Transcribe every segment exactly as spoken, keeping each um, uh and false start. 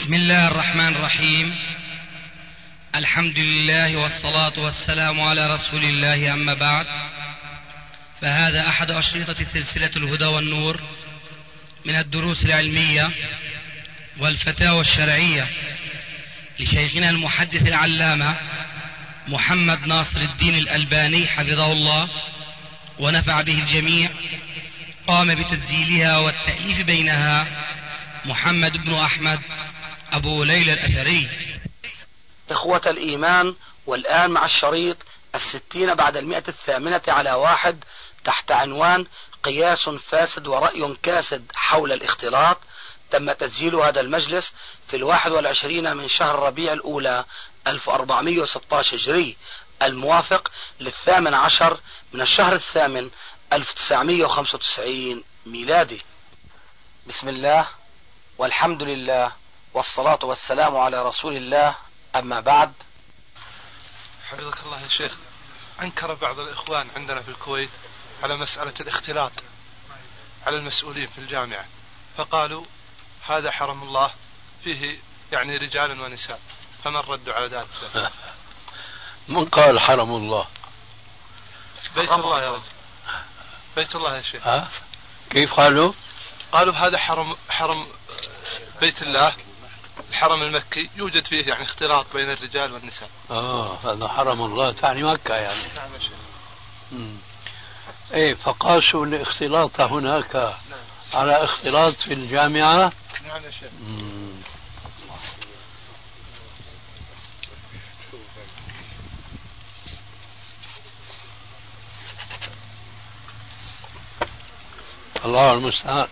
بسم الله الرحمن الرحيم. الحمد لله والصلاة والسلام على رسول الله، أما بعد، فهذا أحد أشرطة سلسلة الهدى والنور من الدروس العلمية والفتاوى الشرعية لشيخنا المحدث العلامة محمد ناصر الدين الألباني حفظه الله ونفع به الجميع. قام بتسجيلها والتأليف بينها محمد بن أحمد أبو ليلى الأثري. إخوة الإيمان، والآن مع الشريط الستين بعد المئة الثامنة على واحد تحت عنوان قياس فاسد ورأي كاسد حول الاختلاط. تم تسجيل هذا المجلس في الواحد والعشرين من شهر ربيع الأولى ألف وأربعمائة وستة عشر هجري، الموافق للثامن عشر من الشهر الثامن ألف وتسعمائة وخمسة وتسعين ميلادي. بسم الله والحمد لله والصلاة والسلام على رسول الله، أما بعد. حفظك الله يا شيخ، أنكر بعض الإخوان عندنا في الكويت على مسألة الاختلاط على المسؤولين في الجامعة، فقالوا هذا حرم الله فيه يعني رجال ونساء، فمن رد على ذلك؟ من قال حرم الله؟ بيت الله يا رجل، بيت الله يا شيخ. ها؟ كيف قالوا؟ قالوا هذا حرم حرم بيت الله، الحرم المكي يوجد فيه يعني اختلاط بين الرجال والنساء. اه هذا حرم الله تعني مكة يعني. نعم يا شيخ. مم. ايه فقاسوا الاختلاط هناك نعم. على اختلاط في الجامعة. نعم يا شيخ. مم. الله المستعان.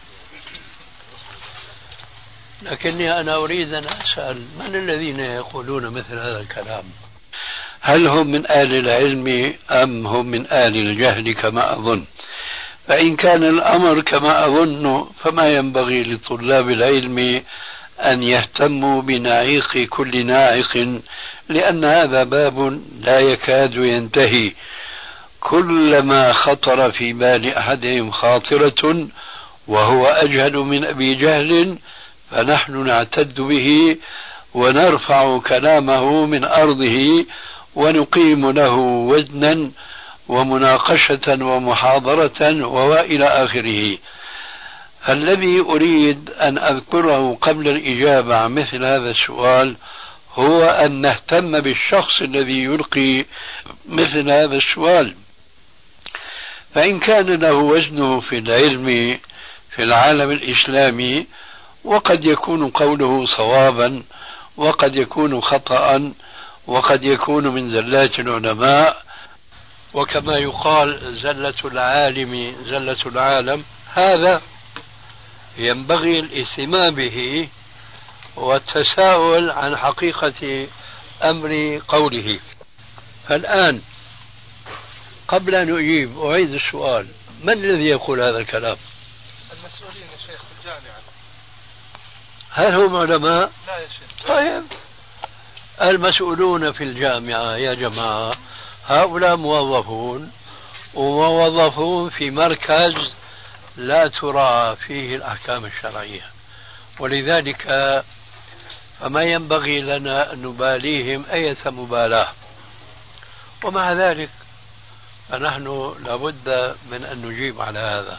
لكني أنا أريد أن أسأل من الذين يقولون مثل هذا الكلام؟ هل هم من أهل العلم أم هم من أهل الجهل كما أظن؟ فإن كان الأمر كما أظن فما ينبغي لطلاب العلم أن يهتموا بنعيق كل ناعق، لأن هذا باب لا يكاد ينتهي. كلما خطر في بال أحدهم خاطرة وهو أجهل من أبي جهل فنحن نعتد به ونرفع كلامه من أرضه ونقيم له وزنا ومناقشة ومحاضرة وإلى آخره. الذي أريد أن أذكره قبل الإجابة عن مثل هذا السؤال هو أن نهتم بالشخص الذي يلقي مثل هذا السؤال، فإن كان له وزنه في العلم في العالم الإسلامي، وقد يكون قوله صوابا وقد يكون خطأ وقد يكون من زلات العلماء، وكما يقال زلة العالم زلة العالم، هذا ينبغي الاهتمام به والتساؤل عن حقيقة أمر قوله. فالآن قبل أن أجيب أعيد السؤال: من الذي يقول هذا الكلام؟ المسؤولين يا شيخ في الجامعة. هل هم علماء؟ لا يا شيخ. طيب المسؤولون في الجامعة يا جماعة هؤلاء موظفون، وموظفون في مركز لا تراعى فيه الأحكام الشرعية، ولذلك فما ينبغي لنا أن نباليهم أي مبالاة. ومع ذلك فنحن لابد من أن نجيب على هذا،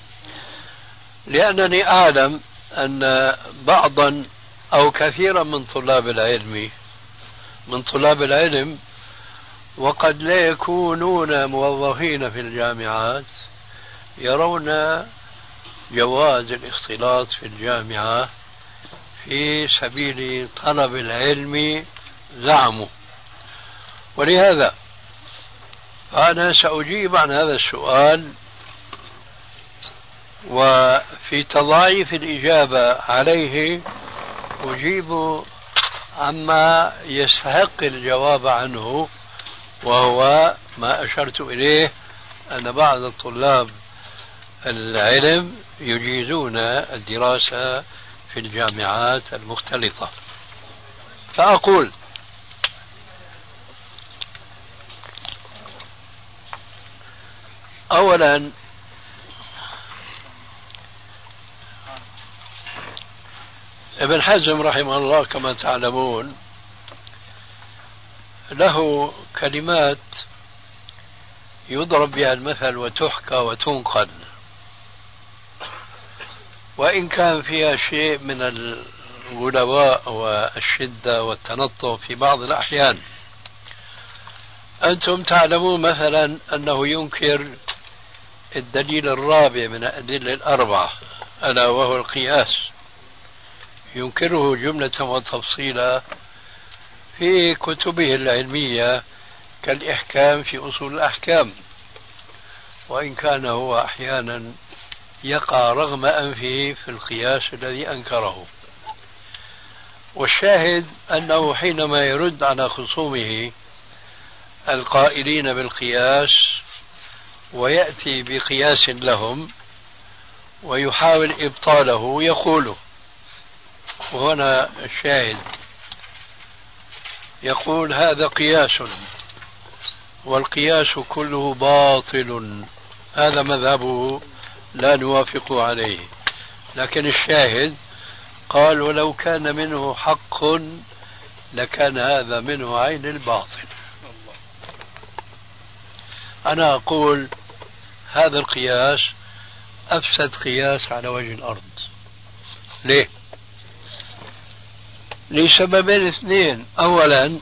لأنني أعلم أن بعضا أو كثيرا من طلاب العلم من طلاب العلم وقد لا يكونون موظفين في الجامعات يرون جواز الاختلاط في الجامعة في سبيل طلب العلم زعموا. ولهذا فأنا سأجيب عن هذا السؤال، وفي تضاعيف الإجابة عليه أجيب عما يستحق الجواب عنه، وهو ما أشرت إليه أن بعض الطلاب العلم يجيزون الدراسة في الجامعات المختلطة. فأقول: أولا ابن حزم رحمه الله كما تعلمون له كلمات يضرب بها المثل وتحكى وتنقل، وإن كان فيها شيء من الغلواء والشدة والتنطع في بعض الأحيان. أنتم تعلمون مثلا أنه ينكر الدليل الرابع من الأدلة الأربعة ألا وهو القياس، ينكره جملة وتفصيلا في كتبه العلمية كالإحكام في أصول الأحكام، وإن كان هو أحيانا يقع رغم أنفه في القياس الذي أنكره. والشاهد أنه حينما يرد على خصومه القائلين بالقياس ويأتي بقياس لهم ويحاول إبطاله يقول، وهنا الشاهد، يقول هذا قياس والقياس كله باطل، هذا مذهبه لا نوافق عليه. لكن الشاهد قال ولو كان منه حق لكان هذا منه عين الباطل. أنا أقول هذا القياس أفسد قياس على وجه الأرض. ليه؟ لسببين اثنين. أولا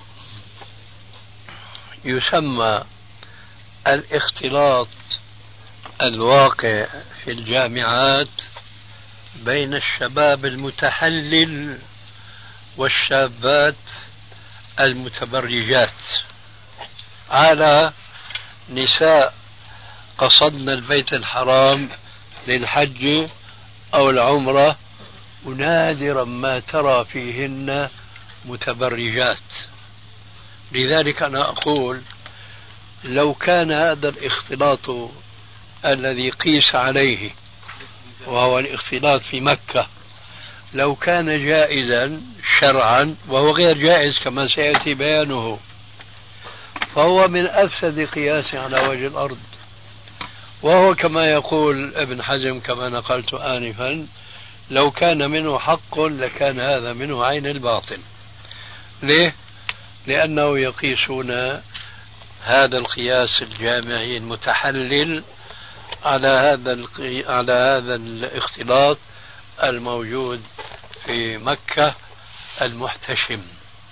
يسمى الاختلاط الواقع في الجامعات بين الشباب المتحلل والشابات المتبرجات على نساء قصدن البيت الحرام للحج أو العمرة، ونادرا ما ترى فيهن متبرجات. لذلك أنا أقول لو كان هذا الاختلاط الذي قيس عليه وهو الاختلاط في مكة لو كان جائزا شرعا، وهو غير جائز كما سيأتي بيانه، فهو من أفسد قياس على وجه الأرض. وهو كما يقول ابن حزم كما نقلت آنفا لو كان منه حق لكان هذا منه عين الباطل. ليه؟ لأنه يقيسون هذا القياس الجامعي المتحلل على هذا القي... على هذا الاختلاط الموجود في مكة المحتشم.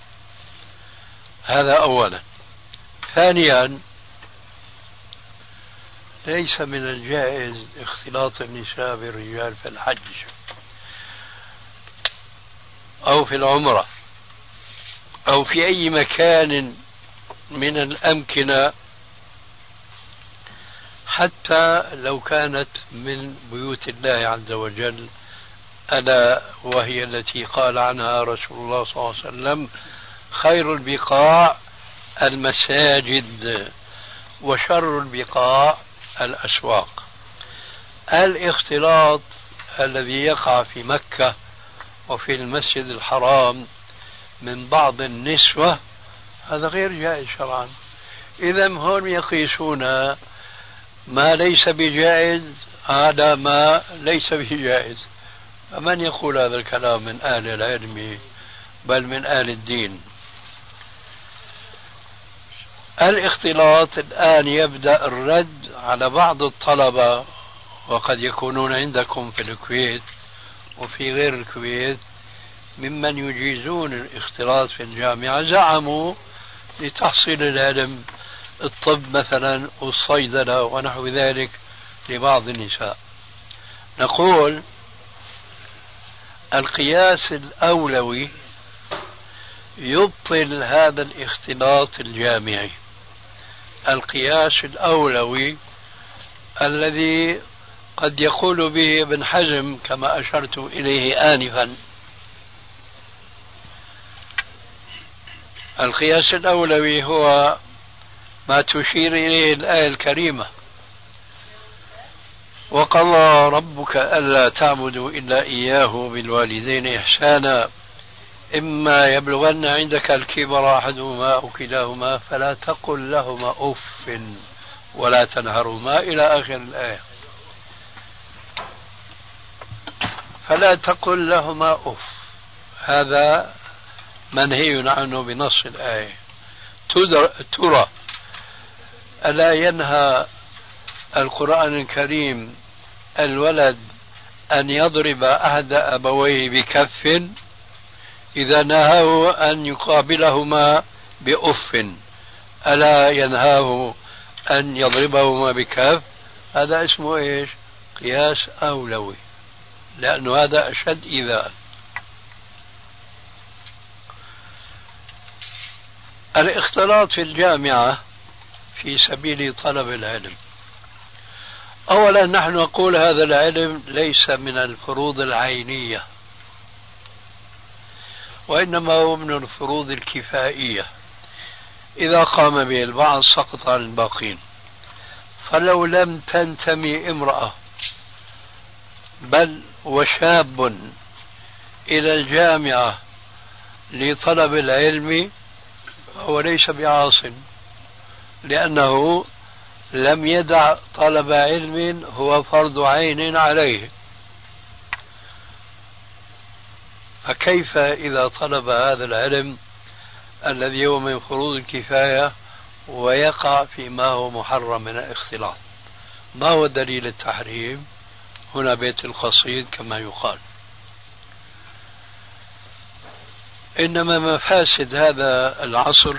هذا أولا. ثانيا ليس من الجائز اختلاط النساء بالرجال في الحج أو في العمرة أو في أي مكان من الأمكنة، حتى لو كانت من بيوت الله عز وجل، ألا وهي التي قال عنها رسول الله صلى الله عليه وسلم خير البقاع المساجد وشر البقاع الأسواق. الاختلاط الذي يقع في مكة وفي المسجد الحرام من بعض النسوة هذا غير جائز شرعا. إذا هم يقيسون ما ليس بجائز على ما ليس بجائز. فمن يقول هذا الكلام من أهل العلم بل من أهل الدين؟ الاختلاط الآن يبدأ الرد على بعض الطلبة، وقد يكونون عندكم في الكويت وفي غير الكويت ممن يجيزون الاختلاط في الجامعة، زعموا لتحصيل العلم، الطب مثلا والصيدلة ونحو ذلك لبعض النساء. نقول القياس الأولوي يبطل هذا الاختلاط الجامعي. القياس الأولوي الذي قد يقول به ابن حزم كما أشرت إليه آنفا، القياس الأولوي هو ما تشير إليه الآية الكريمة وقضى ربك ألا تعبدوا إلا إياه بالوالدين إحسانا إما يبلغن عندك الكبر أحدهما أو كلاهما فلا تقل لهما أف ولا تنهرهما إلى آخر الآية. فلا تقل لهما أف. هذا منهي عنه بنص الآية. ترى ألا ينهى القرآن الكريم الولد أن يضرب أحد أبويه بكف إذا نهاه أن يقابلهما بأف؟ ألا ينهاه أن يضربهما بكف؟ هذا اسمه إيش؟ قياس أولوي، لأنه هذا أشد إيذاء. الاختلاط في الجامعة في سبيل طلب العلم، أولا نحن نقول هذا العلم ليس من الفروض العينية، وإنما هو من الفروض الكفائية، إذا قام به البعض سقط عن الباقين. فلو لم تنتمي امرأة بل وشاب إلى الجامعة لطلب العلم هو ليس بعاص، لأنه لم يدع طلب علم هو فرض عين عليه. فكيف إذا طلب هذا العلم الذي هو من فروض الكفاية ويقع فيما هو محرم من الاختلاط؟ ما هو دليل التحريم؟ هنا بيت القصيد كما يقال. إنما مفاسد هذا العصر،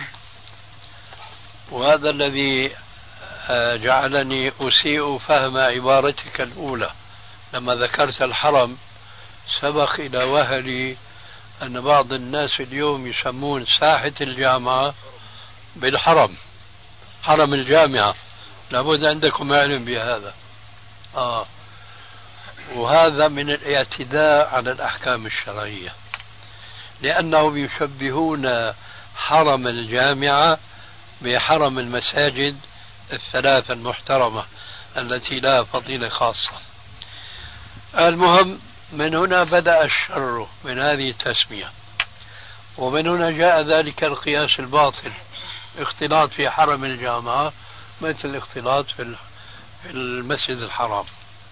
وهذا الذي جعلني أسيء فهم عبارتك الأولى لما ذكرت الحرم، سبق إلى وهلي أن بعض الناس اليوم يسمون ساحة الجامعة بالحرم، حرم الجامعة. لابد عندكم علم بهذا. آه. وهذا من الاعتداء على الأحكام الشرعية، لأنهم يشبهون حرم الجامعة بحرم المساجد الثلاثة المحترمة التي لها فضيلة خاصة. المهم، من هنا بدأ الشر من هذه التسمية، ومن هنا جاء ذلك القياس الباطل، اختلاط في حرم الجامعة مثل الاختلاط في المسجد الحرام.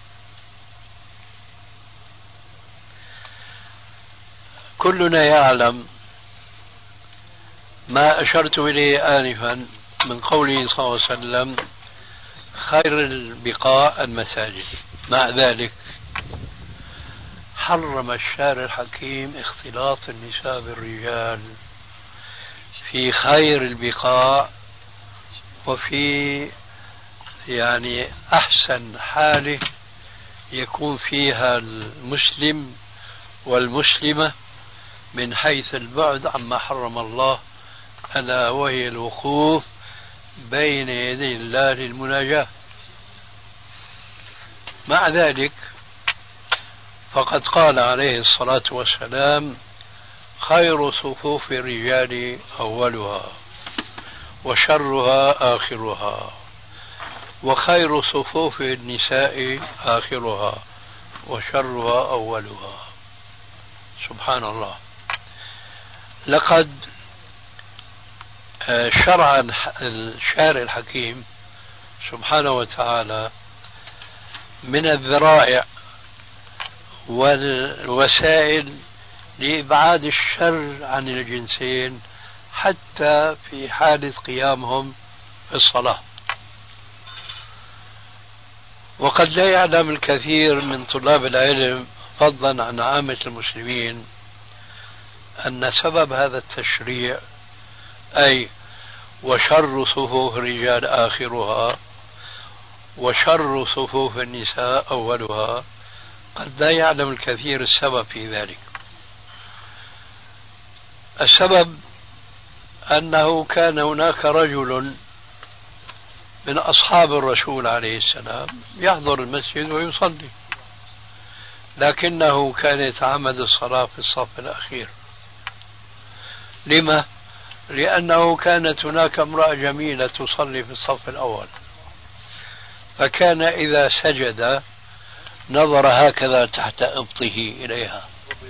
كلنا يعلم ما أشرت إليه آنفا من قوله صلى الله عليه وسلم خير البقاء المساجد. مع ذلك حرم الشارع الحكيم اختلاط النساء بالرجال في خير البقاع، وفي يعني أحسن حاله يكون فيها المسلم والمسلمة من حيث البعد عما حرم الله، ألا وهي الوقوف بين يدي الله للمناجاة. مع ذلك فقد قال عليه الصلاة والسلام خير صفوف الرجال أولها وشرها آخرها، وخير صفوف النساء آخرها وشرها أولها. سبحان الله. لقد شرع الشارع الحكيم سبحانه وتعالى من الذرائع والوسائل لإبعاد الشر عن الجنسين حتى في حالة قيامهم في الصلاة. وقد لا يعلم الكثير من طلاب العلم فضلا عن عامة المسلمين أن سبب هذا التشريع، أي وشر صفوف الرجال آخرها وشر صفوف النساء أولها، قد لا يعلم الكثير السبب في ذلك. السبب أنه كان هناك رجل من أصحاب الرسول عليه السلام يحضر المسجد ويصلي، لكنه كان يتعمد الصلاة في الصف الأخير. لما؟ لأنه كانت هناك امرأة جميلة تصلي في الصف الأول، فكان إذا سجد نظر هكذا تحت إبطه إليها.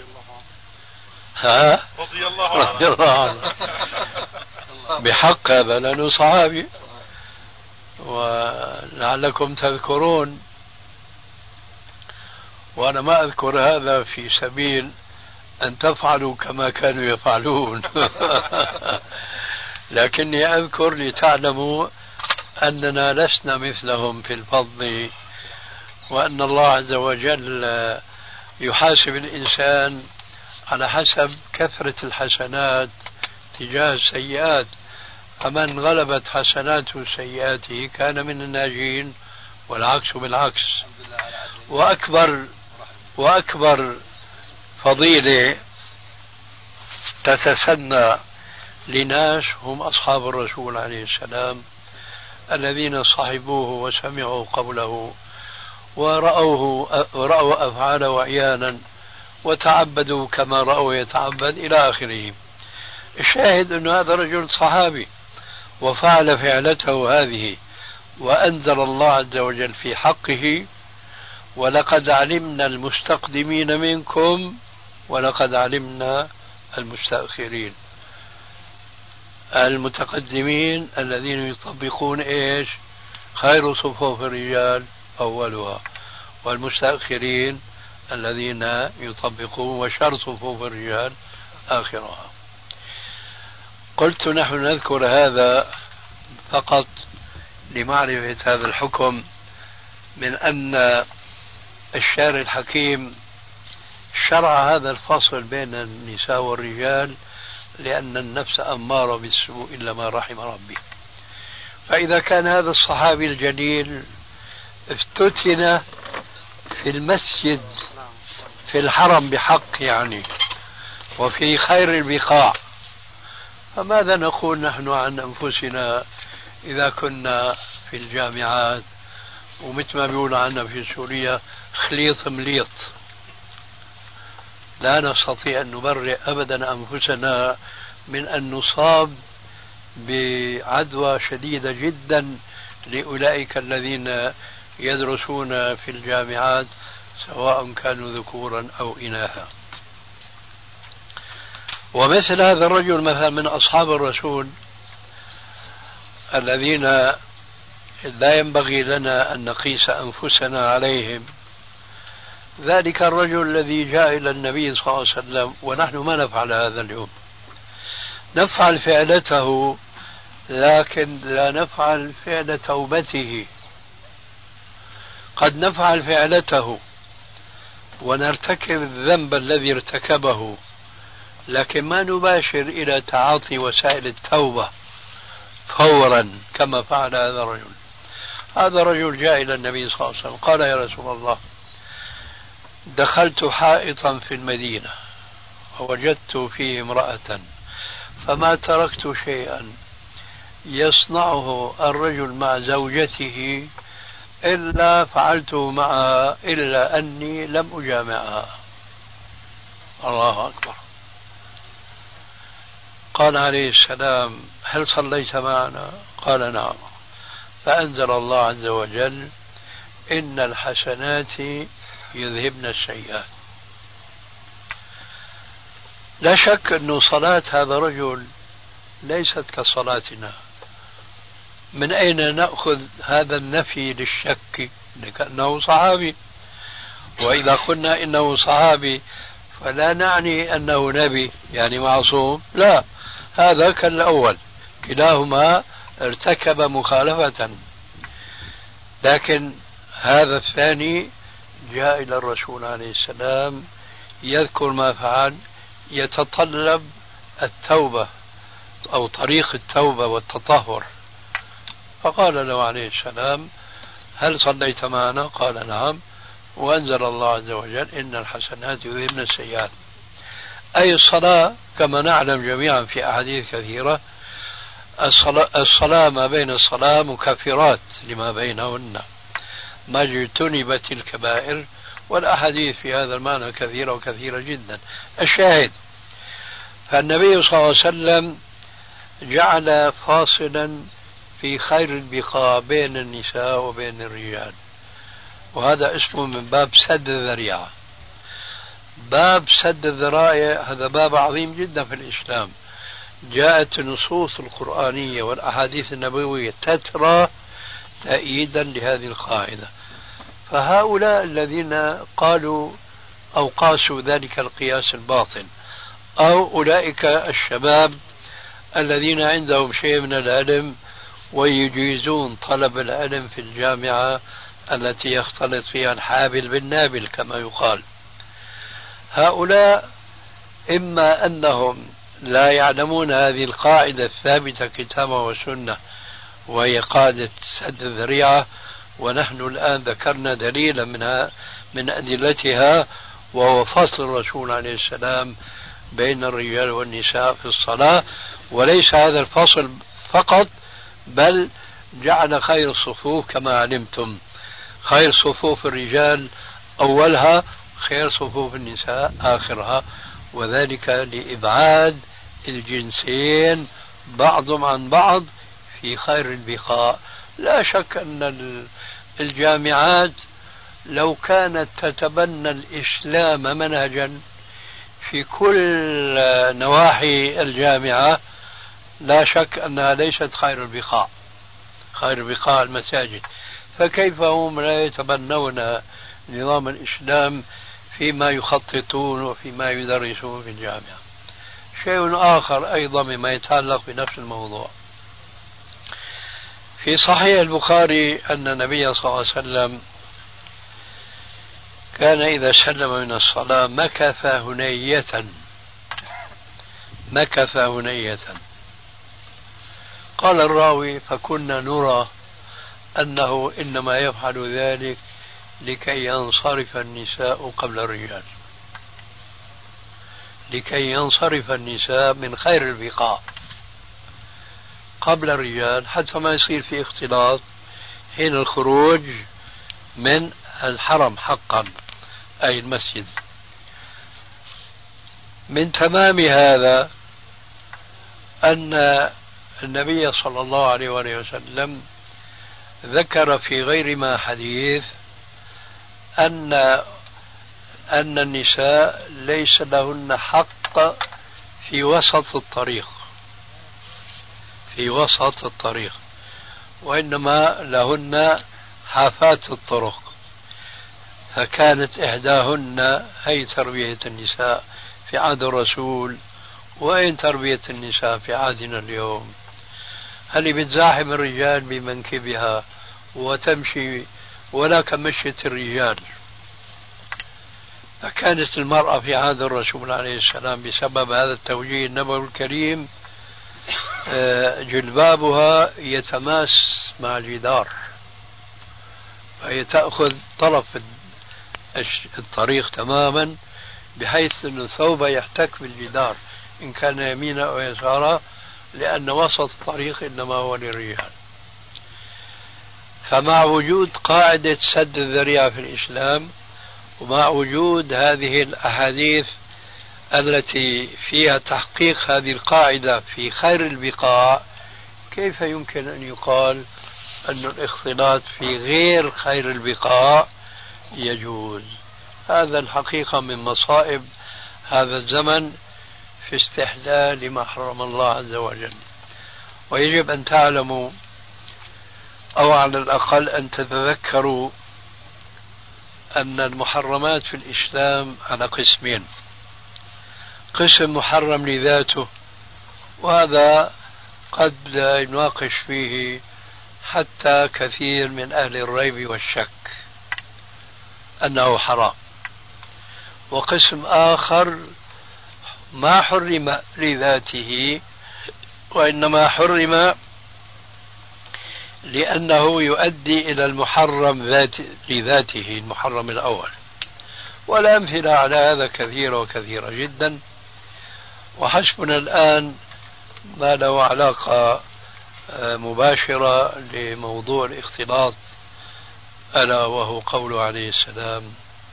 ها؟ رضي الله عنه. رضي الله عنه. بحق هذا لأنه صحابي. ولعلكم تذكرون، وأنا ما أذكر هذا في سبيل أن تفعلوا كما كانوا يفعلون. لكني أذكر لتعلموا أننا لسنا مثلهم في الفضل، وأن الله عز وجل يحاسب الإنسان على حسب كثرة الحسنات تجاه السيئات، فمن غلبت حسناته سيئاته كان من الناجين، والعكس بالعكس. وأكبر وأكبر فضيلة تتسنى لناس هم أصحاب الرسول عليه السلام، الذين صحبوه وسمعوا قوله ورأوه ورأوا أفعاله عيانا وتعبدوا كما رأوا يتعبد إلى آخره. الشاهد أن هذا رجل صحابي وفعل فعلته هذه، وأنزل الله عز وجل في حقه: ولقد علمنا المستقدمين منكم ولقد علمنا المستأخرين. المتقدمين الذين يطبقون إيش؟ خير صفوف الرجال أولها، والمستأخرين الذين يطبقون وشر صفوف الرجال آخرها. قلت نحن نذكر هذا فقط لمعرفة هذا الحكم، من أن الشارع الحكيم شرع هذا الفصل بين النساء والرجال لأن النفس أمارة بالسوء إلا ما رحم ربي. فإذا كان هذا الصحابي الجليل افتتن في المسجد في الحرم بحق يعني، وفي خير البقاع، فماذا نقول نحن عن أنفسنا إذا كنا في الجامعات ومثل ما بيقولوا عنا في سوريا خليط مليط؟ لا نستطيع أن نبرئ أبدا أنفسنا من أن نصاب بعدوى شديدة جدا لأولئك الذين يدرسون في الجامعات سواء كانوا ذكورا أو إناثا. ومثل هذا الرجل مثلا من أصحاب الرسول الذين لا ينبغي لنا أن نقيس أنفسنا عليهم، ذلك الرجل الذي جاء إلى النبي صلى الله عليه وسلم، ونحن ما نفعل هذا اليوم، نفعل فعلته لكن لا نفعل فعل توبته. قد نفعل فعلته ونرتكب الذنب الذي ارتكبه، لكن ما نباشر إلى تعاطي وسائل التوبة فورا كما فعل هذا الرجل. هذا الرجل جاء إلى النبي صلى الله عليه وسلم قال: يا رسول الله، دخلت حائطا في المدينة ووجدت فيه امرأة، فما تركت شيئا يصنعه الرجل مع زوجته إلا فعلته معها إلا أني لم أجامعها. الله أكبر. قال عليه السلام: هل صليت معنا؟ قال: نعم. فأنزل الله عز وجل: إن الحسنات يذهبن السيئات. لا شك أن صلاة هذا الرجل ليست كصلاتنا. من أين نأخذ هذا النفي للشك؟ لأنه صحابي، وإذا قلنا إنه صحابي فلا نعني أنه نبي يعني معصوم، لا، هذا كالأول، كلاهما ارتكب مخالفة. لكن هذا الثاني جاء إلى الرسول عليه السلام يذكر ما فعل، يتطلب التوبة أو طريق التوبة والتطهر، فقال له عليه السلام: هل صليت معنا؟ قال: نعم. وأنزل الله عز وجل: إن الحسنات يذهبن السيئات. أي الصلاة كما نعلم جميعا في أحاديث كثيرة، الصلاة, الصلاة ما بين الصلاة مكفرات لما بينهن ما اجتنبت الكبائر، والأحاديث في هذا المعنى كثيرة وكثيرة جدا. الشاهد، فالنبي صلى الله عليه وسلم جعل فاصلا في خير البقاء بين النساء وبين الرجال، وهذا اسمه من باب سد الذريعة. باب سد الذرائع هذا باب عظيم جدا في الإسلام. جاءت النصوص القرآنية والأحاديث النبوية تترى تأييدا لهذه القاعدة. فهؤلاء الذين قالوا أو قاسوا ذلك القياس الباطل، أو أولئك الشباب الذين عندهم شيء من العلم ويجيزون طلب العلم في الجامعة التي يختلط فيها الحابل بالنابل كما يقال. هؤلاء إما أنهم لا يعلمون هذه القاعدة الثابتة كتابا وسنة، وهي قاعدة سد الذريعة، ونحن الآن ذكرنا دليلا منها من أدلتها، وهو فصل الرسول عليه السلام بين الرجال والنساء في الصلاة. وليس هذا الفصل فقط، بل جعل خير الصفوف كما علمتم، خير صفوف الرجال أولها، خير صفوف النساء آخرها، وذلك لإبعاد الجنسين بعضهم عن بعض في خير البقاء. لا شك أن الجامعات لو كانت تتبنى الإسلام منهجا في كل نواحي الجامعة لا شك أنها ليست خير البقاء، خير البقاء المساجد. فكيف هم لا يتبنون نظام الإسلام فيما يخططون وفيما يدرسون في الجامعة؟ شيء آخر أيضا مما يتعلق بنفس الموضوع، في صحيح البخاري أن النبي صلى الله عليه وسلم كان إذا سلم من الصلاة مكث هنية، مكث هنية. قال الراوي: فكنا نرى أنه إنما يفعل ذلك لكي ينصرف النساء قبل الرجال، لكي ينصرف النساء من خير البقاء قبل الرجال، حتى ما يصير في اختلاط حين الخروج من الحرم حقا أي المسجد. من تمام هذا أن النبي صلى الله عليه وآله وسلم ذكر في غير ما حديث أن أن النساء ليس لهن حق في وسط الطريق، في وسط الطريق، وإنما لهن حافات الطرق. فكانت إحداهن هي تربية النساء في عهد الرسول، وأين تربية النساء في عهدنا اليوم؟ هل بتزاحم الرجال بمنكبها وتمشي ولا كمشية الرجال؟ فكانت المرأة في عهد الرسول عليه السلام بسبب هذا التوجيه النبوي الكريم جلبابها يتماس مع الجدار، فهي تأخذ طرف الطريق تماما، بحيث أن الثوب يحتك بالجدار إن كان يمينا أو يسارا، لأن وسط الطريق إنما هو للرجال. فمع وجود قاعدة سد الذريعة في الإسلام، ومع وجود هذه الأحاديث التي فيها تحقيق هذه القاعدة في خير البقاء، كيف يمكن أن يقال أن الاختلاط في غير خير البقاء يجوز؟ هذا الحقيقة من مصائب هذا الزمن في استحلال ما حرم الله عز وجل. ويجب أن تعلموا، أو على الأقل أن تتذكروا، أن المحرمات في الإسلام على قسمين: قسم محرم لذاته، وهذا قد لا يناقش فيه حتى كثير من أهل الريب والشك أنه حرام، وقسم آخر ما حرم لذاته، وإنما حرم لأنه يؤدي إلى المحرم ذات لذاته، المحرم الأول. والأمثلة على هذا كثيرة وكثيرة جدا، وحسبنا الآن ما له علاقة مباشرة لموضوع الاختلاط، ألا وهو قوله عليه السلام: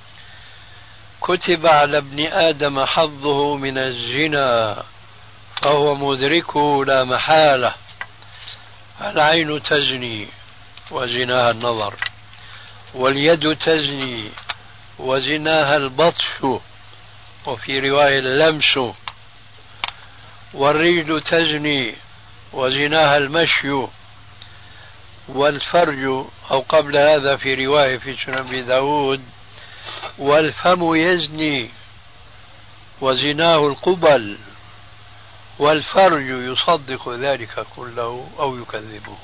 كتب على ابن آدم حظه من الزنا فهو مدركه لا محالة، العين تزني وزناها النظر، واليد تزني وزناها البطش، وفي رواية اللمس، والرجل تزني وزناها المشي، والفرج، أو قبل هذا في رواية في سنن أبي داود: والفم يزني وزناه القبل والفرج يصدق ذلك كله أو يكذبه.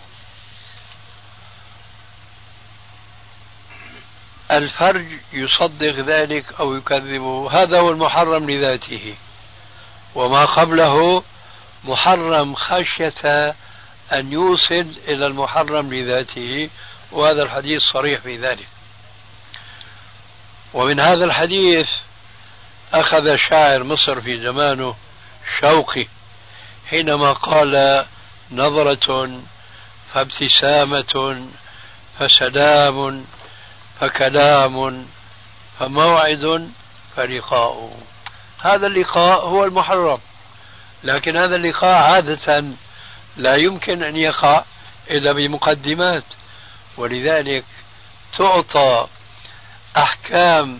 الفرج يصدق ذلك أو يكذبه، هذا هو المحرم لذاته، وما قبله محرم خشية أن يوصل إلى المحرم لذاته، وهذا الحديث صريح في ذلك. ومن هذا الحديث أخذ شاعر مصر في زمانه شوقي حينما قال: نظرة فابتسامة فسلام فكلام فموعد فلقاء. هذا اللقاء هو المحرم، لكن هذا اللقاء عادة لا يمكن أن يقع إلا بمقدمات، ولذلك تعطى أحكام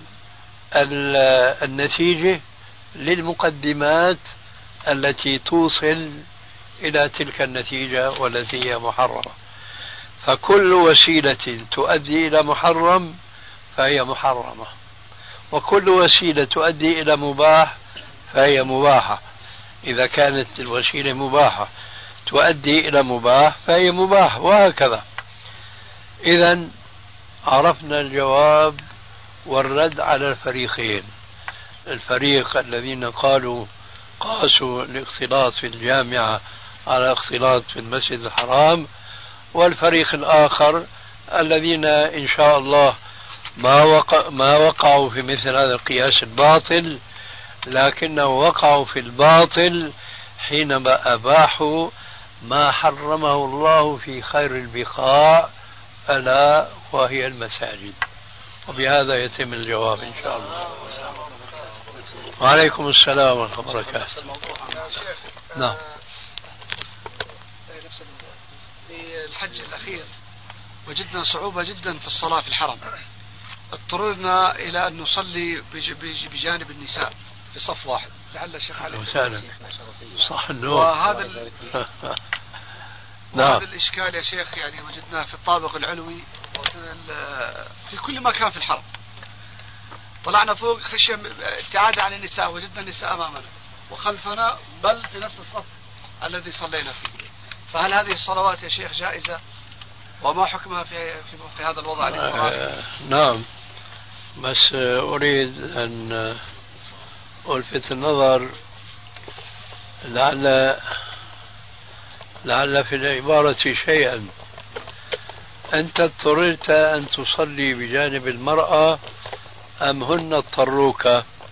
النتيجة للمقدمات التي توصل إلى تلك النتيجة والتي هي محرمة. فكل وسيلة تؤدي إلى محرم فهي محرمة، وكل وسيلة تؤدي إلى مباح فهي مباحة. إذا كانت الوسيلة مباحة تؤدي إلى مباح فهي مباح، وهكذا. إذن عرفنا الجواب والرد على الفريقين: الفريق الذين قالوا قاسوا الاختلاط في الجامعة على اختلاط في المسجد الحرام، والفريق الآخر الذين إن شاء الله ما وقع ما وقعوا في مثل هذا القياس الباطل، لكنه وقعوا في الباطل حينما أباحوا ما حرمه الله في خير البقاع ألا وهي المساجد. وبهذا يتم الجواب إن شاء الله. وعليكم السلام ورحمة الله وبركاته. نعم. في الحج الأخير وجدنا صعوبة جدا في الصلاة في الحرم، اضطررنا إلى أن نصلي بجانب النساء في صف واحد. لعل الشيخ علي صح النور. وهذا ال... وهذا الإشكال يا شيخ يعني وجدناه في الطابق العلوي في كل مكان في الحرم. طلعنا فوق خشية ابتعاد عن النساء، وجدنا النساء أمامنا وخلفنا بل في نفس الصف الذي صلينا فيه. فهل هذه الصلوات يا شيخ جائزة؟ وما حكمها في في, في هذا الوضع آه نعم، بس أريد أن ألفت النظر لعل لعل في العبارة شيئا. أنت اضطررت أن تصلي بجانب المرأة أم هن اضطروك؟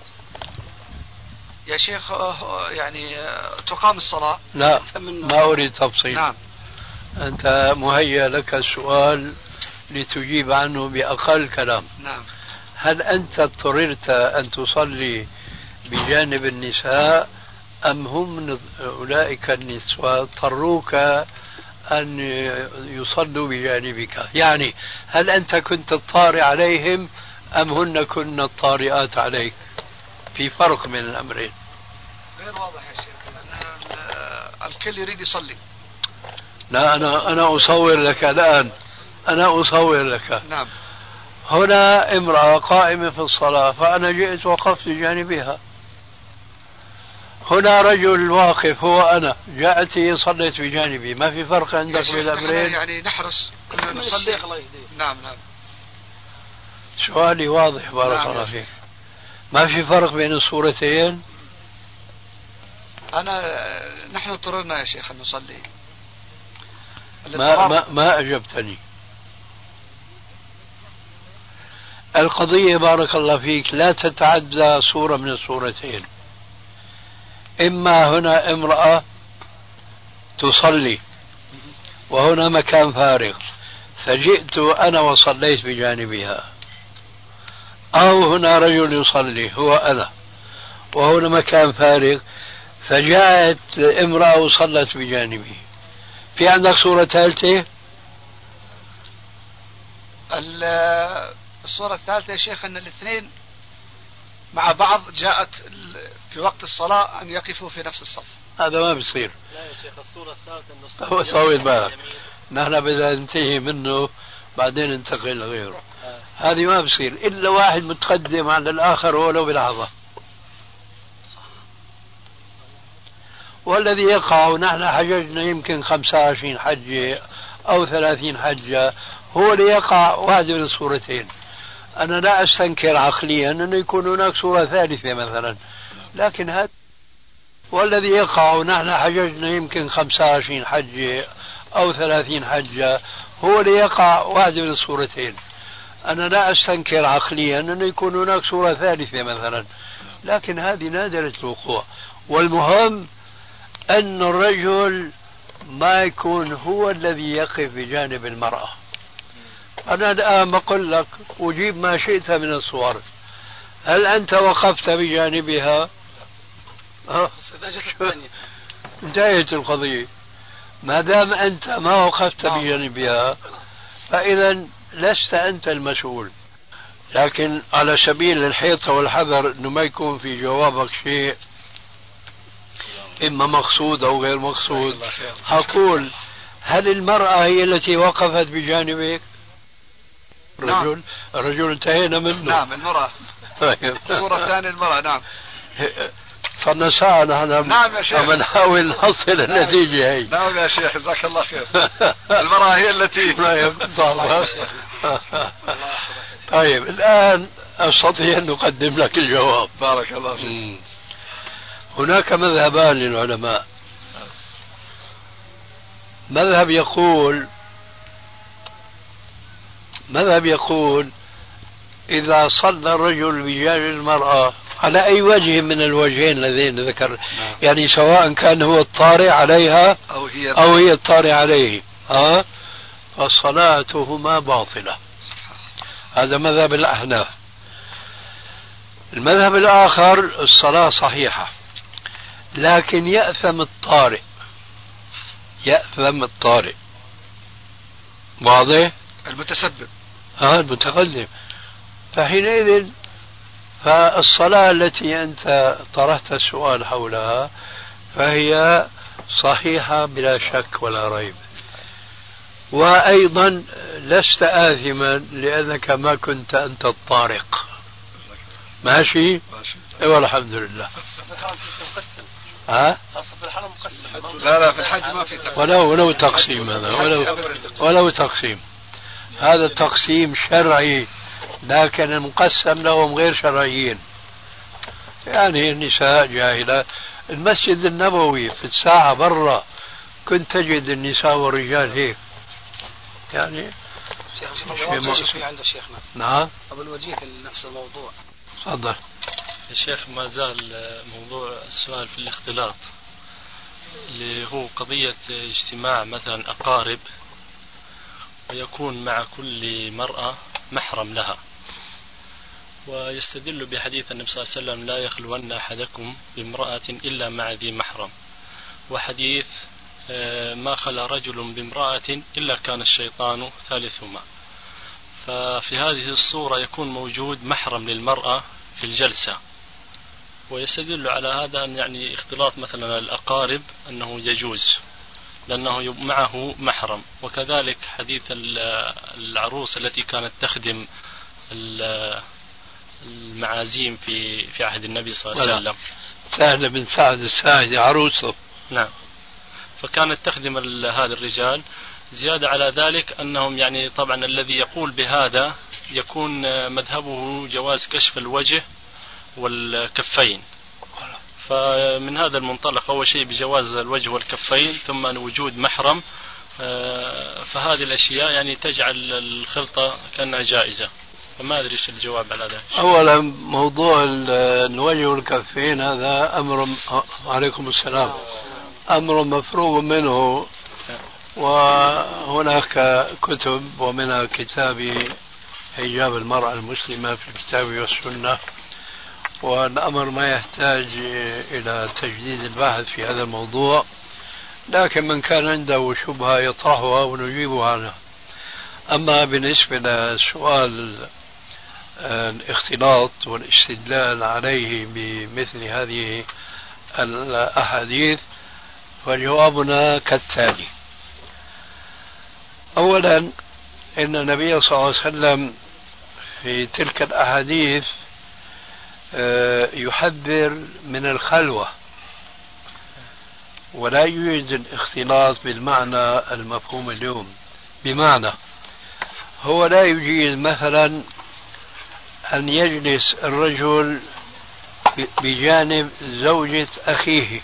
يا شيخ يعني تقام الصلاة. لا ما أريد تفصيل. نعم. أنت مهيأ لك السؤال لتجيب عنه بأقل كلام. نعم. هل أنت اضطررت أن تصلي بجانب النساء أم هم أولئك النسوة اضطروك أن يصلوا بجانبك؟ يعني هل أنت كنت الطارئ عليهم أم هن كن الطارئات عليك؟ في فرق من الأمرين. غير واضح يا شيخ، الكل يريد يصلي. لا أنا أنا أصور لك الآن، أنا أصور لك. نعم. هنا امرأة قائمة في الصلاة فأنا جئت وقفت بجانبها. هنا رجل واقف هو أنا، جاءت هي صليت بجانبي، ما في فرق عندك بين الأمرين؟ يعني نحرص كنا نصلي. نعم نعم. سؤالي واضح بارك نعم الله فيك. ما في فرق بين الصورتين؟ أنا نحن اضطررنا يا شيخ أن نصلي. ما ما ما أجبتني. القضية بارك الله فيك لا تتعدى صورة من الصورتين. إما هنا امرأة تصلي وهنا مكان فارغ فجئت أنا وصليت بجانبها، أو هنا رجل يصلي هو أنا وهنا مكان فارغ فجاءت امرأة وصلت بجانبي. في عندك صورة ثالثة؟ الصورة الثالثة يا شيخ أن الاثنين مع بعض جاءت في وقت الصلاة أن يقفوا في نفس الصف. هذا ما بيصير. لا يا شيخ الصورة الثالثة أن هو طويل بالك، نحن بدنا ننتهي منه بعدين انتقل لغيره. هذه ما بصير إلا واحد متقدم على الآخر ولو بلحظة. والذي يقع، ونحن حججنا يمكن خمسة وعشرين حجة أو ثلاثين حجة، هو اللي يقع واحدة من الصورتين. أنا لا أستنكر عقليا أنه يكون هناك صورة ثالثة مثلا، لكن هذا والذي يقع، ونحن حججنا يمكن خمسة وعشرين حجة أو ثلاثين حجة، هو اللي يقع واحدة من الصورتين. أنا لا أستنكر عقليا أنه يكون هناك صورة ثالثة مثلا، لكن هذه نادرة الوقوع. والمهم أن الرجل ما يكون هو الذي يقف بجانب المرأة. أنا الآن بقول لك أجيب ما شئت من الصور، هل أنت وقفت بجانبها؟ انتهت القضية. ما دام أنت ما وقفت بجانبها فإذا لست أنت المسؤول. لكن على سبيل الحيطة والحذر أنه ما يكون في جوابك شيء إما مقصود أو غير مقصود، أقول هل المرأة هي التي وقفت بجانبك؟ الرجل نعم. الرجل انتهينا منه. نعم المرأة. طيب. الصورة الثانية المرأة. نعم. فالنساء نحن نعم يا شيخ نحاول نحصل النتيجة هي. نعم يا شيخ جزاك الله خير. المرأة هي التي. طيب الآن أستطيع أن أقدم لك الجواب. بارك الله فيك. هناك مذهبان للعلماء. مذهب يقول مذهب يقول إذا صلى الرجل بجانب المرأة على أي وجه من الوجهين الذين ذكر، نعم. يعني سواء كان هو الطارئ عليها أو هي, أو هي الطارئ عليه، ها، فصلاتهما باطلة. هذا مذهب الأحناف. المذهب الآخر الصلاة صحيحة، لكن يأثم الطارئ، يأثم الطارئ. واضح؟ المتسبب. ها المتقدم. فحينئذ فالصلاة التي أنت طرحت السؤال حولها فهي صحيحة بلا شك ولا ريب. وأيضا لست آثما لأنك ما كنت أنت الطارق. ماشي؟ ايوه الحمد لله. ها؟ لا لا في الحج ما في تقسيم. ولو ولو تقسيم هذا ولو ولو تقسيم. هذا التقسيم شرعي، لكن المقسم لهم غير شرعيين. يعني النساء جاهلة. المسجد النبوي في الساعة برا كنت تجد النساء والرجال هيك. يعني شيء عند شيخنا. نعم. أبو الوجيه في نفس الموضوع. تفضل. الشيخ ما زال موضوع السؤال في الاختلاط اللي هو قضية اجتماع مثلا أقارب ويكون مع كل مرأة محرم لها، ويستدل بحديث النبي صلى الله عليه وسلم لا يخلون أحدكم بامرأة إلا مع ذي محرم، وحديث ما خلا رجل بامرأة إلا كان الشيطان ثالثهما. ففي هذه الصورة يكون موجود محرم للمرأة في الجلسة، ويستدل على هذا أن يعني اختلاط مثلا الأقارب أنه يجوز لأنه معه محرم. وكذلك حديث العروس التي كانت تخدم المعازيم في في عهد النبي صلى الله عليه وسلم، سهل بن سعد الساعدي عروسه. نعم. فكانت تخدم هذا الرجال. زيادة على ذلك أنهم يعني طبعا الذي يقول بهذا يكون مذهبه جواز كشف الوجه والكفين. فمن هذا المنطلق أول شيء بجواز الوجه والكفين، ثم وجود محرم. فهذه الأشياء يعني تجعل الخلطة كأنها جائزة. فما أدري إيش الجواب على ذلك. أولا موضوع الوجه والكفين هذا أمر، عليكم السلام، أمر مفروغ منه، وهناك كتب ومنها كتاب حجاب المرأة المسلمة في الكتاب والسنة، والأمر ما يحتاج إلى تجديد البحث في هذا الموضوع، لكن من كان عنده شبهة يطرحها ونجيبه عنها. أما بالنسبة لسؤال الاختلاط والاستدلال عليه بمثل هذه الأحاديث فجوابنا كالتالي. أولا إن النبي صلى الله عليه وسلم في تلك الأحاديث يحذر من الخلوة ولا يوجد الاختلاط بالمعنى المفهوم اليوم. بمعنى هو لا يجيز مثلا أن يجلس الرجل بجانب زوجة أخيه،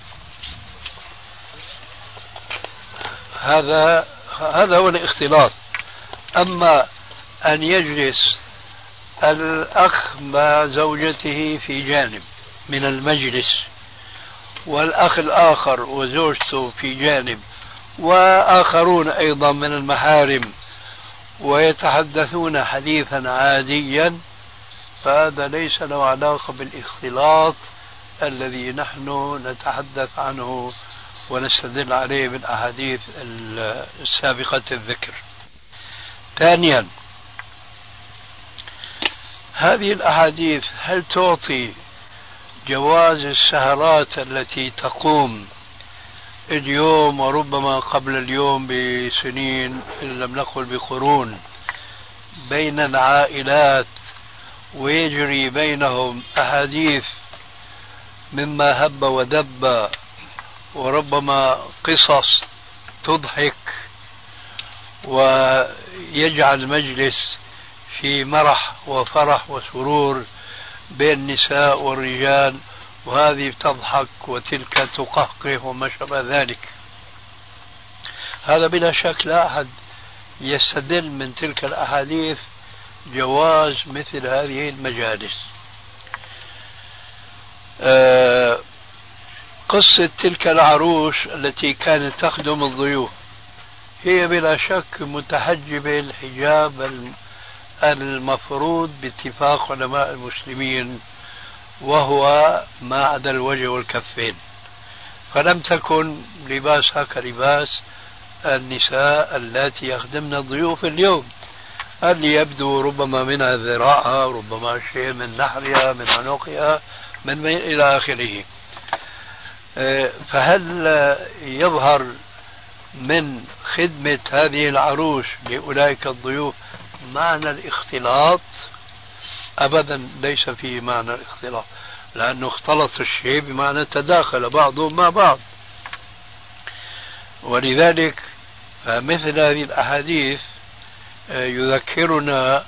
هذا هذا هو الاختلاط. أما أن يجلس الأخ مع زوجته في جانب من المجلس والأخ الآخر وزوجته في جانب وآخرون أيضا من المحارم ويتحدثون حديثا عاديا، فهذا ليس له علاقة بالاختلاط الذي نحن نتحدث عنه ونستدل عليه بالأحاديث السابقة الذكر. ثانيا، هذه الأحاديث هل تعطي جواز السهرات التي تقوم اليوم وربما قبل اليوم بسنين إن لم نقل بقرون بين العائلات ويجري بينهم أحاديث مما هب ودب وربما قصص تضحك ويجعل المجلس في مرح وفرح وسرور بين النساء والرجال، وهذه تضحك وتلك تقهقه وما شابه ذلك؟ هذا بلا شك لا أحد يستدل من تلك الأحاديث جواز مثل هذه المجالس. آه قصة تلك العروش التي كانت تخدم الضيوف هي بلا شك متحجبة الحجاب المفروض باتفاق علماء المسلمين، وهو ما عدا الوجه والكفين، فلم تكن لباسها كلباس النساء اللاتي يخدمن الضيوف اليوم، اللي يبدو ربما منها ذراعها، ربما شيء من نحرها، من عنقها، من إلى آخره. فهل يظهر من خدمة هذه العروش لأولئك الضيوف معنى الاختلاط؟ أبدا ليس فيه معنى الاختلاط، لأنه اختلط الشيء بمعنى تداخل بعضهم مع بعض. ولذلك فمثل هذه الأحاديث يذكرنا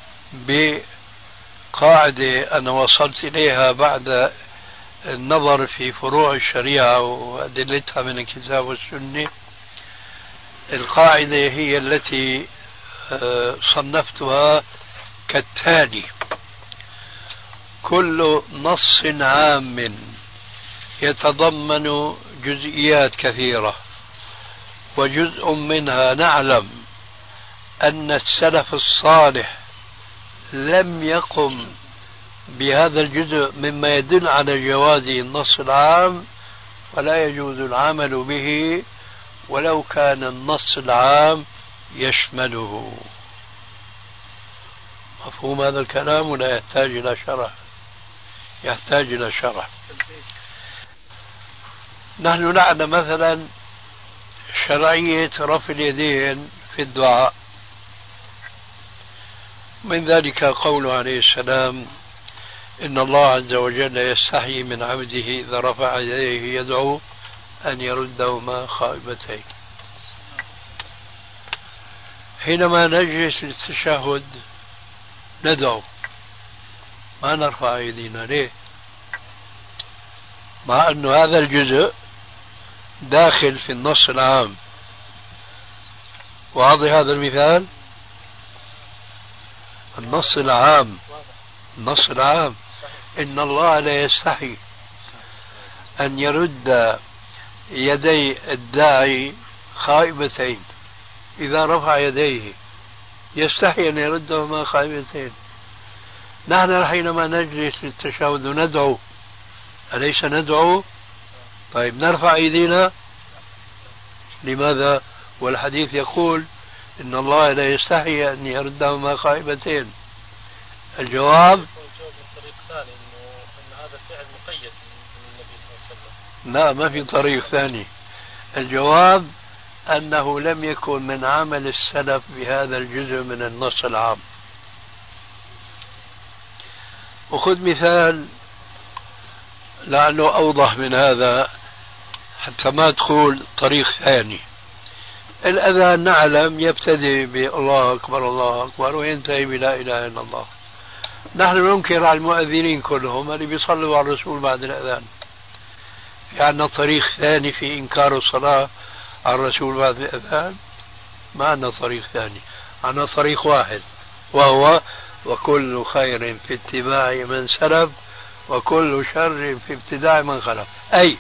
بقاعدة أنا وصلت إليها بعد النظر في فروع الشريعة وأدلتها من الكتاب والسنة. القاعدة هي التي صنفتها كالتالي: كل نص عام يتضمن جزئيات كثيرة وجزء منها نعلم أن السلف الصالح لم يقم بهذا الجزء مما يدل على جواز النص العام، ولا يجوز العمل به ولو كان النص العام يشمله. مفهوم هذا الكلام ولا يحتاج إلى شرح؟ يحتاج إلى شرح. نحن نعلم مثلا شرعية رفع اليدين في الدعاء، من ذلك قوله عليه السلام: إن الله عز وجل يستحي من عبده إذا رفع يديه يدعو أن يردهما خائبتين. حينما نجلس للتشهد ندعو، ما نرفع أيدينا. ليه؟ مع أن هذا الجزء داخل في النص العام. واضح هذا المثال؟ النص العام النص العام إن الله لا يستحي أن يرد يدي الداعي خائبتين. إذا رفع يديه يستحي أن يردهما خائبتين. نحن حينما نجلس للتشهد ندعو، أليس ندعو؟ طيب نرفع أيدينا لماذا؟ والحديث يقول إن الله لا يستحي أن يردهما خائبتين. الجواب: لا، ما في طريق ثاني. الجواب: أنه لم يكن من عمل السلف بهذا الجزء من النص العام. وخذ مثال لعله أوضح من هذا حتى ما تقول طريق ثاني. الأذان نعلم يبتدئ بالله أكبر الله أكبر وينتهي بلا إله إلا الله. نحن ننكر على المؤذنين كلهم اللي بيصلوا على الرسول بعد الأذان. في عندنا طريق ثاني في إنكار الصلاة على الرسول بعد الأذان؟ ما عندنا طريق ثاني، عندنا طريق واحد، وهو وكل خير في اتباع من سلف وكل شر في ابتداع من خلف. أي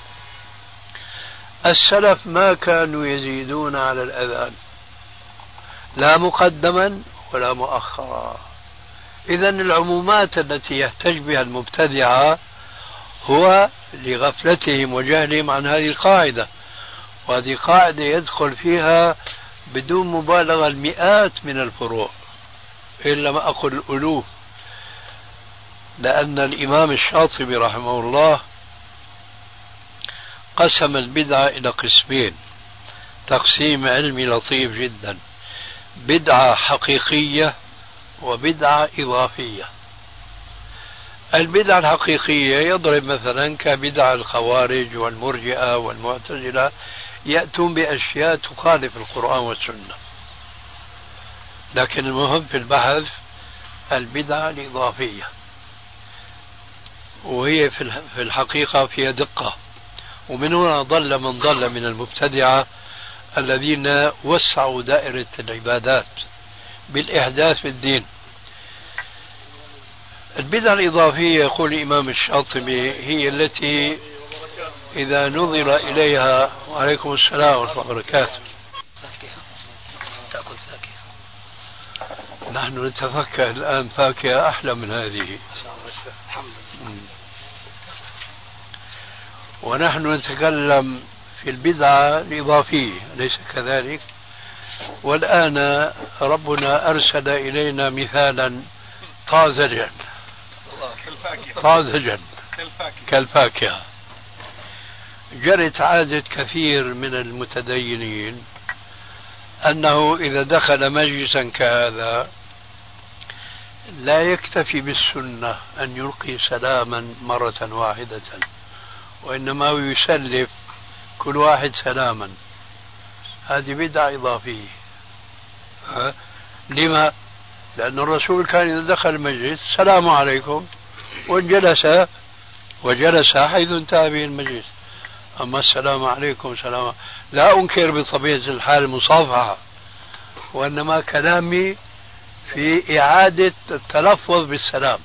السلف ما كانوا يزيدون على الأذان لا مقدما ولا مؤخرا. إذن العمومات التي يحتج بها المبتدعة هو لغفلتهم وجهلهم عن هذه القاعدة، وهذه قاعدة يدخل فيها بدون مبالغة المئات من الفروع إلا ما أقول الألوف. لأن الإمام الشاطبي رحمه الله قسم البدعة إلى قسمين تقسيم علمي لطيف جدا: بدعة حقيقية وبدعة إضافية. البدعة الحقيقية يضرب مثلا كبدع الخوارج والمرجئة والمعتزلة، يأتون بأشياء تخالف القرآن والسنة. لكن المهم في البحث البدعة الإضافية، وهي في الحقيقة فيها دقة. ومن هنا ضل من ضل من المبتدعة الذين وسعوا دائرة العبادات بالإحداث في الدين. البدعة الإضافية يقول الإمام الشاطبي هي التي إذا نظر إليها، وعليكم السلام ورحمة الله وبركاته، تأكل فاكهة. نحن نتفكه الآن فاكهة أحلى من هذه، ونحن نتكلم في البدعة الإضافية، أليس كذلك؟ والآن ربنا أرسل إلينا مثالا طازجا طازجا كالفاكهة. جرت عادة كثير من المتدينين أنه إذا دخل مجلسا كهذا لا يكتفي بالسنة أن يلقي سلاما مرة واحدة، وإنما يسلف كل واحد سلاما. هذه بدعة إضافية. ها؟ لما؟ لأن الرسول كان إذا دخل المجلس السلام عليكم وجلس وجلس حيث انتهى به المجلس. أما السلام عليكم سلام، لا أنكر بطبيعة الحال المصافحة، وإنما كلامي في إعادة التلفظ بالسلام.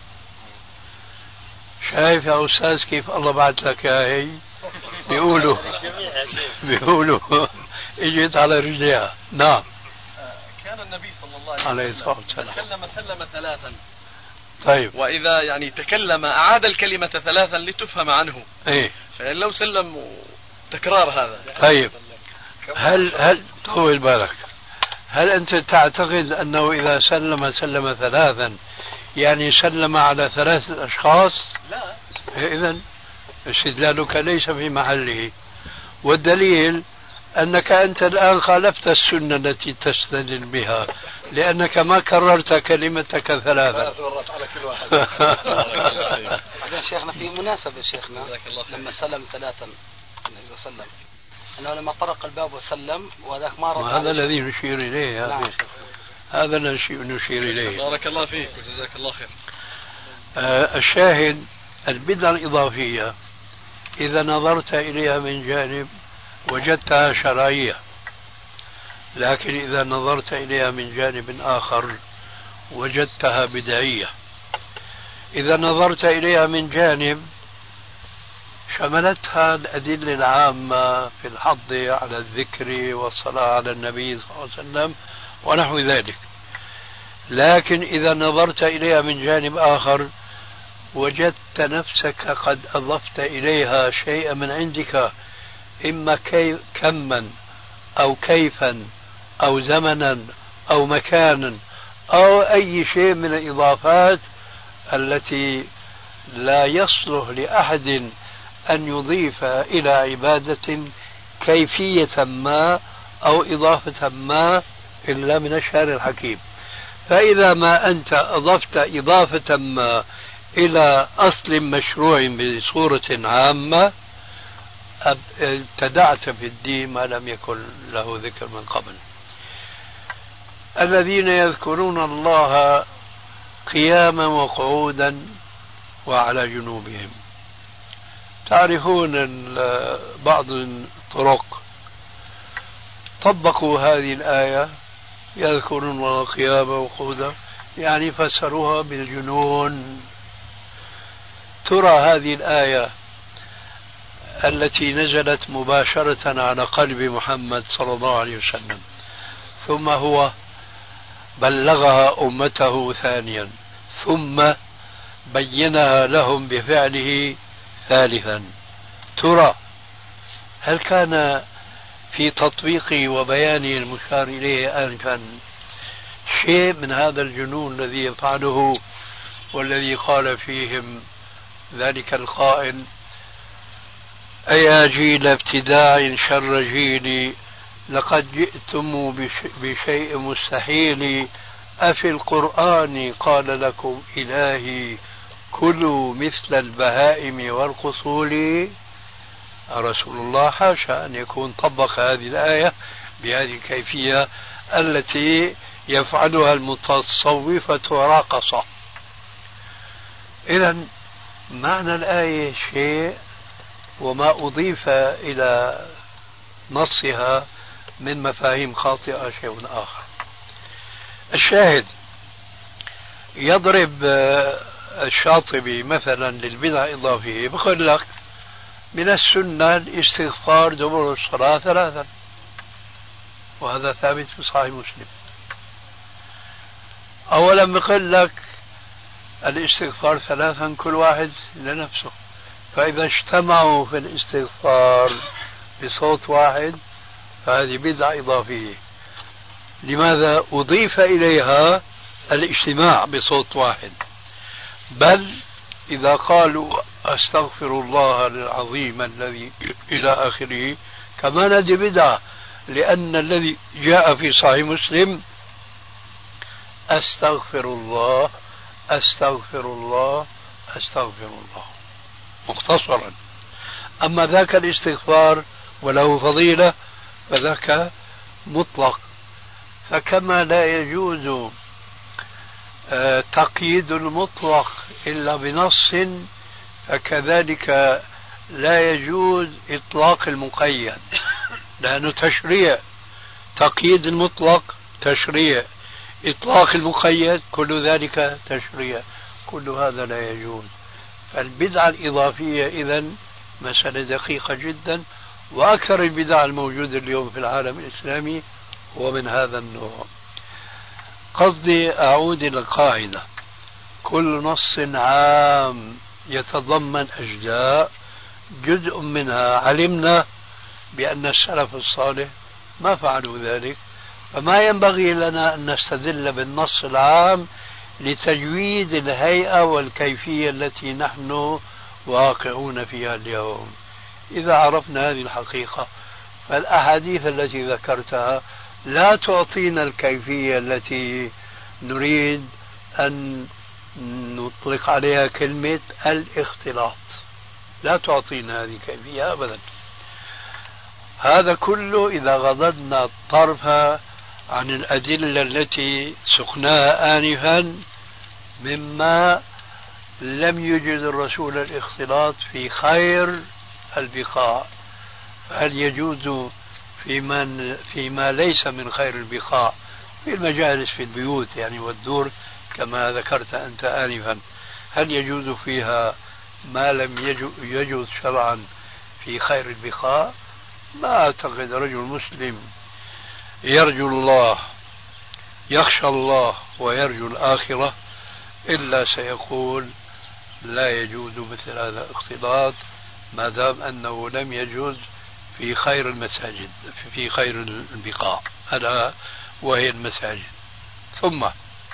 شايف يا أستاذ كيف الله بعث لك يا هي؟ بيقولوا بيقولوا اجت على رجليها. نعم. كان النبي صلى الله عليه وسلم سلم سلم ثلاثا. طيب. وإذا يعني تكلم أعاد الكلمة ثلاثا لتفهم عنه. إيه. فإن لو سلم تكرار هذا. طيب. هل هل طول بالك، هل أنت تعتقد أنه إذا سلم سلم ثلاثا يعني سلم على ثلاثة أشخاص؟ لا. إذن استدلالك ليس في محله، والدليل أنك أنت الآن خالفت السنة التي تستدل بها، لأنك ما كررت كلمتك ثلاثا. على كل واحد. بعدين شيخنا في مناسبة شيخنا لما سلم ثلاثا النبي صلى الله عليه وسلم أنه لما طرق الباب وسلم وذاك ما رد. هذا الذي نشير إليه. نعم. هذا الذي نشير إليه. بارك الله فيك وجزاك الله خير. آه الشاهد البدعة الإضافية إذا نظرت إليها من جانب وجدتها شرعية، لكن إذا نظرت إليها من جانب آخر وجدتها بدعية. إذا نظرت إليها من جانب شملتها الأدلة العامة في الحض على الذكر والصلاة على النبي صلى الله عليه وسلم ونحو ذلك، لكن إذا نظرت إليها من جانب آخر وجدت نفسك قد أضفت إليها شيئا من عندك، إما كي كما أو كيفا أو زمنا أو مكانا أو أي شيء من الإضافات التي لا يصلح لأحد أن يضيف إلى عبادة كيفية ما أو إضافة ما إلا من الشارع الحكيم. فإذا ما أنت أضفت إضافة ما إلى أصل مشروع بصورة عامة ابتدعت في الدين ما لم يكن له ذكر من قبل. الذين يذكرون الله قياما وقعودا وعلى جنوبهم. تعرفون بعض الطرق طبقوا هذه الآية يذكرون الله قياما وقعودا، يعني فسروها بالجنون. ترى هذه الآية التي نزلت مباشرة على قلب محمد صلى الله عليه وسلم ثم هو بلغها أمته ثانيا ثم بينها لهم بفعله ثالثا، ترى هل كان في تطبيقه وبيانه المشار إليه آنفا شيء من هذا الجنون الذي يفعله والذي قال فيهم ذلك القائل: أيا جيل ابتداع شر جيلي لقد جئتم بشيء مستحيل أفي القرآن قال لكم إلهي كلوا مثل البهائم والقصول. رسول الله حاشا أن يكون طبق هذه الآية بهذه الكيفية التي يفعلها المتصوفة راقصة. إذن معنى الآية شيء وما أضيف إلى نصها من مفاهيم خاطئة شيء آخر. الشاهد يضرب الشاطبي مثلا للبدع الإضافية بقول لك من السنة الاستغفار دبر الصلاة ثلاثا، وهذا ثابت في صحيح مسلم. أولا بقول لك الاستغفار ثلاثا كل واحد لنفسه، فإذا اجتمعوا في الاستغفار بصوت واحد فهذه بدعة إضافية. لماذا أضيف إليها الاجتماع بصوت واحد؟ بل إذا قالوا أستغفر الله العظيم الذي إلى آخره كمان هذه بدعة، لأن الذي جاء في صحيح مسلم أستغفر الله أستغفر الله أستغفر الله مختصرا. أما ذاك الاستغفار وله فضيلة فذاك مطلق. فكما لا يجوز تقييد المطلق إلا بنص فكذلك لا يجوز إطلاق المقيد، لأنه تشريع. تقييد المطلق تشريع، إطلاق المقيد كل ذلك تشريع، كل هذا لا يجوز. فالبدعة الإضافية إذن مسألة دقيقة جدا، وأكثر البدع الموجودة اليوم في العالم الإسلامي هو من هذا النوع. قصدي أعود إلى القاعدة: كل نص عام يتضمن أجزاء جزء منها علمنا بأن السلف الصالح ما فعلوا ذلك، فما ينبغي لنا أن نستدل بالنص العام لتجويد الهيئة والكيفية التي نحن واقعون فيها اليوم. إذا عرفنا هذه الحقيقة فالأحاديث التي ذكرتها لا تعطينا الكيفية التي نريد أن نطلق عليها كلمة الاختلاط، لا تعطينا هذه الكيفية أبدا. هذا كله إذا غضضنا الطرف عن الأدلة التي سقناها آنفا مما لم يجد الرسول الاختلاط في خير البقاع، هل يجوز في من فيما ليس من خير البقاع في المجالس في البيوت يعني والدور كما ذكرت أنت آنفا، هل يجوز فيها ما لم يجوز شرعا في خير البقاع؟ ما أعتقد رجل مسلم يرجو الله يخشى الله ويرجو الآخرة إلا سيقول لا يجوز مثل هذا الاختلاط ما دام أنه لم يجوز في خير المساجد في خير البقاع ألا وهي المساجد. ثم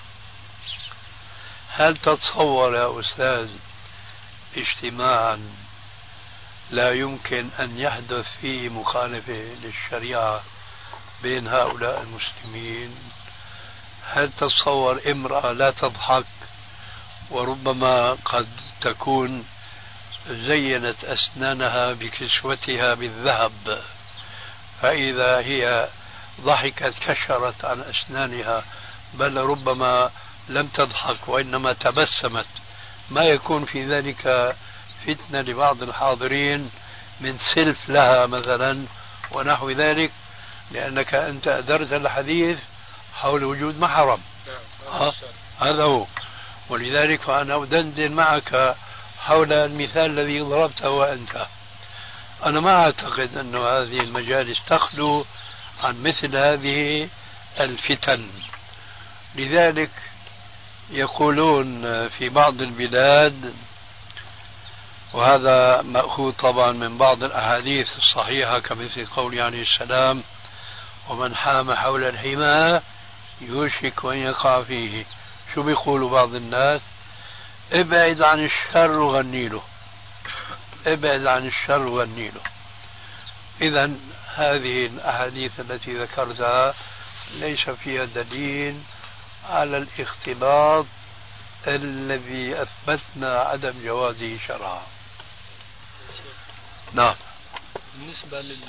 هل تتصور يا أستاذ اجتماعا لا يمكن أن يحدث فيه مخالفة للشريعة بين هؤلاء المسلمين. هل تتصور امرأة لا تضحك وربما قد تكون زينت أسنانها بكسوتها بالذهب، فإذا هي ضحكت كشرت عن أسنانها، بل ربما لم تضحك وإنما تبسمت، ما يكون في ذلك فتنة لبعض الحاضرين من سلف لها مثلا ونحو ذلك، لأنك أنت أدرت الحديث حول وجود محرم. هذا هو. ولذلك فأنا أدندن معك حول المثال الذي ضربته أنت. أنا ما أعتقد أن هذه المجالس تخلو عن مثل هذه الفتن. لذلك يقولون في بعض البلاد، وهذا مأخوذ طبعا من بعض الأحاديث الصحيحة كمثل قول عليه السلام: ومن حام حول الحمى يوشك أن يقع فيه. شو بيقولوا بعض الناس؟ ابعد عن الشر وغني له، ابعد عن الشر وغني له. إذا هذه الأحاديث التي ذكرتها ليس فيها دليل على الاختلاط الذي أثبتنا عدم جوازه شرعا. نعم. بالنسبة لل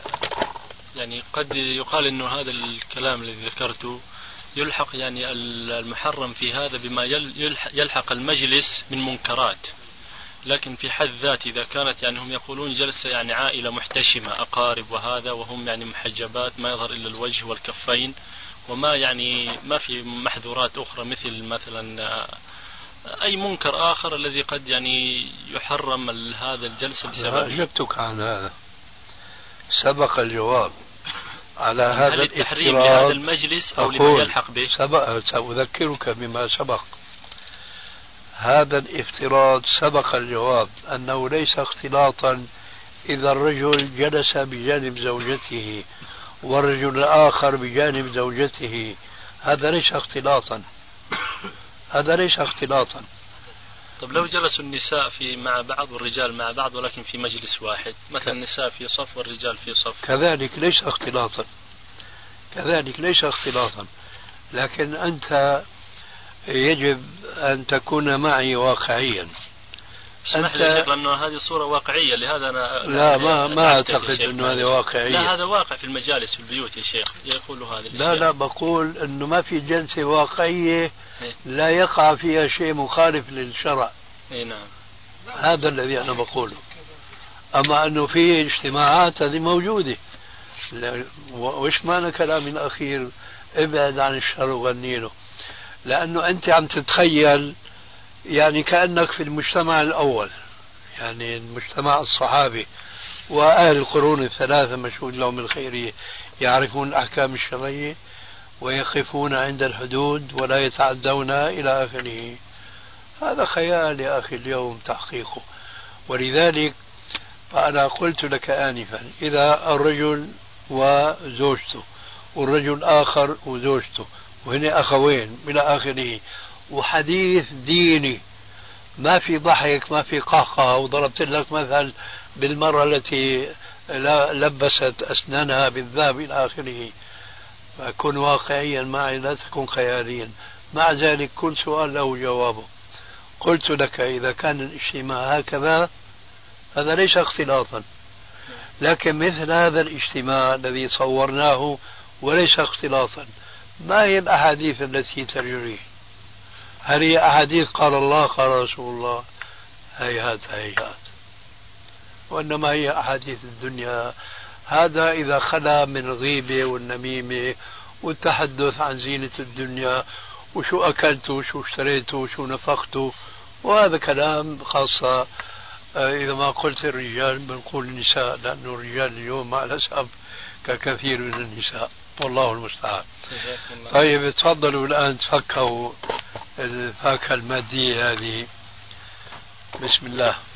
يعني قد يقال إنه هذا الكلام الذي ذكرته يلحق يعني المحرم في هذا بما يلحق المجلس من منكرات، لكن في حد ذات إذا كانت يعني هم يقولون جلسة يعني عائلة محتشمة أقارب وهذا، وهم يعني محجبات ما يظهر إلا الوجه والكفين، وما يعني ما في محظورات أخرى مثل مثلا أي منكر آخر الذي قد يعني يحرم هذا الجلسة بسبب. أجبتك عن هذا، سبق الجواب على هذا هل التحريم لهذا المجلس أو لما يلحق به؟ سبق، سأذكرك بما سبق. هذا الافتراض سبق الجواب أنه ليس اختلاطا إذا الرجل جلس بجانب زوجته والرجل الآخر بجانب زوجته، هذا ليس اختلاطا، هذا ليس اختلاطا. طب لو جلسوا النساء في مع بعض والرجال مع بعض ولكن في مجلس واحد، مثلا النساء في صف والرجال في صف، كذلك ليس اختلاطا، كذلك ليس اختلاطا. لكن أنت يجب أن تكون معي واقعيا. اسمح لي شيخ، لأنه هذه صورة واقعية، لهذا أنا لا ما ما أعتقد أنه هذه واقعية. لا هذا واقع في المجالس في البيوت يا شيخ، يقولوا هذا لا لا بقول أنه ما في جلسة واقعية لا يقع فيها شيء مخالف للشرع. اي نعم، هذا الذي أنا بقوله. أما أنه في اجتماعات هذه موجودة، وإيش معنى كلامي الأخير ابعد عن الشر وغني له؟ لأنه أنت عم تتخيل يعني كأنك في المجتمع الأول، يعني المجتمع الصحابي وأهل القرون الثلاثة مشهود لهم الخيرية، يعرفون الأحكام الشرعية ويقفون عند الحدود ولا يتعدون إلى آخره. هذا خيال يا أخي اليوم تحقيقه. ولذلك فأنا قلت لك آنفا إذا الرجل وزوجته والرجل آخر وزوجته وهنا أخوين إلى آخره وحديث ديني، ما في ضحك ما في قهقه، وضربت لك مثل بالمرة التي لبست أسنانها بالذهب إلى آخره، فكن واقعيا معي لا تكن خياليا. مع ذلك كل سؤال له جوابه. قلت لك إذا كان الاجتماع هكذا هذا ليس اختلاطا، لكن مثل هذا الاجتماع الذي صورناه وليس اختلاطا، ما هي الأحاديث التي تجري؟ هل هي أحاديث قال الله قال رسول الله؟ هيهات هيهات. وإنما هي أحاديث الدنيا. هذا إذا خلا من الغيبة والنميمة والتحدث عن زينة الدنيا وشو أكلت وشو اشتريت وشو نفقت، وهذا كلام خاصة إذا ما قلت الرجال بنقول النساء، لأنه الرجال اليوم مع الأسف ككثير من النساء، والله المستعان. طيب تفضلوا الآن تفكوا الفاكهة المادية هذه. بسم الله.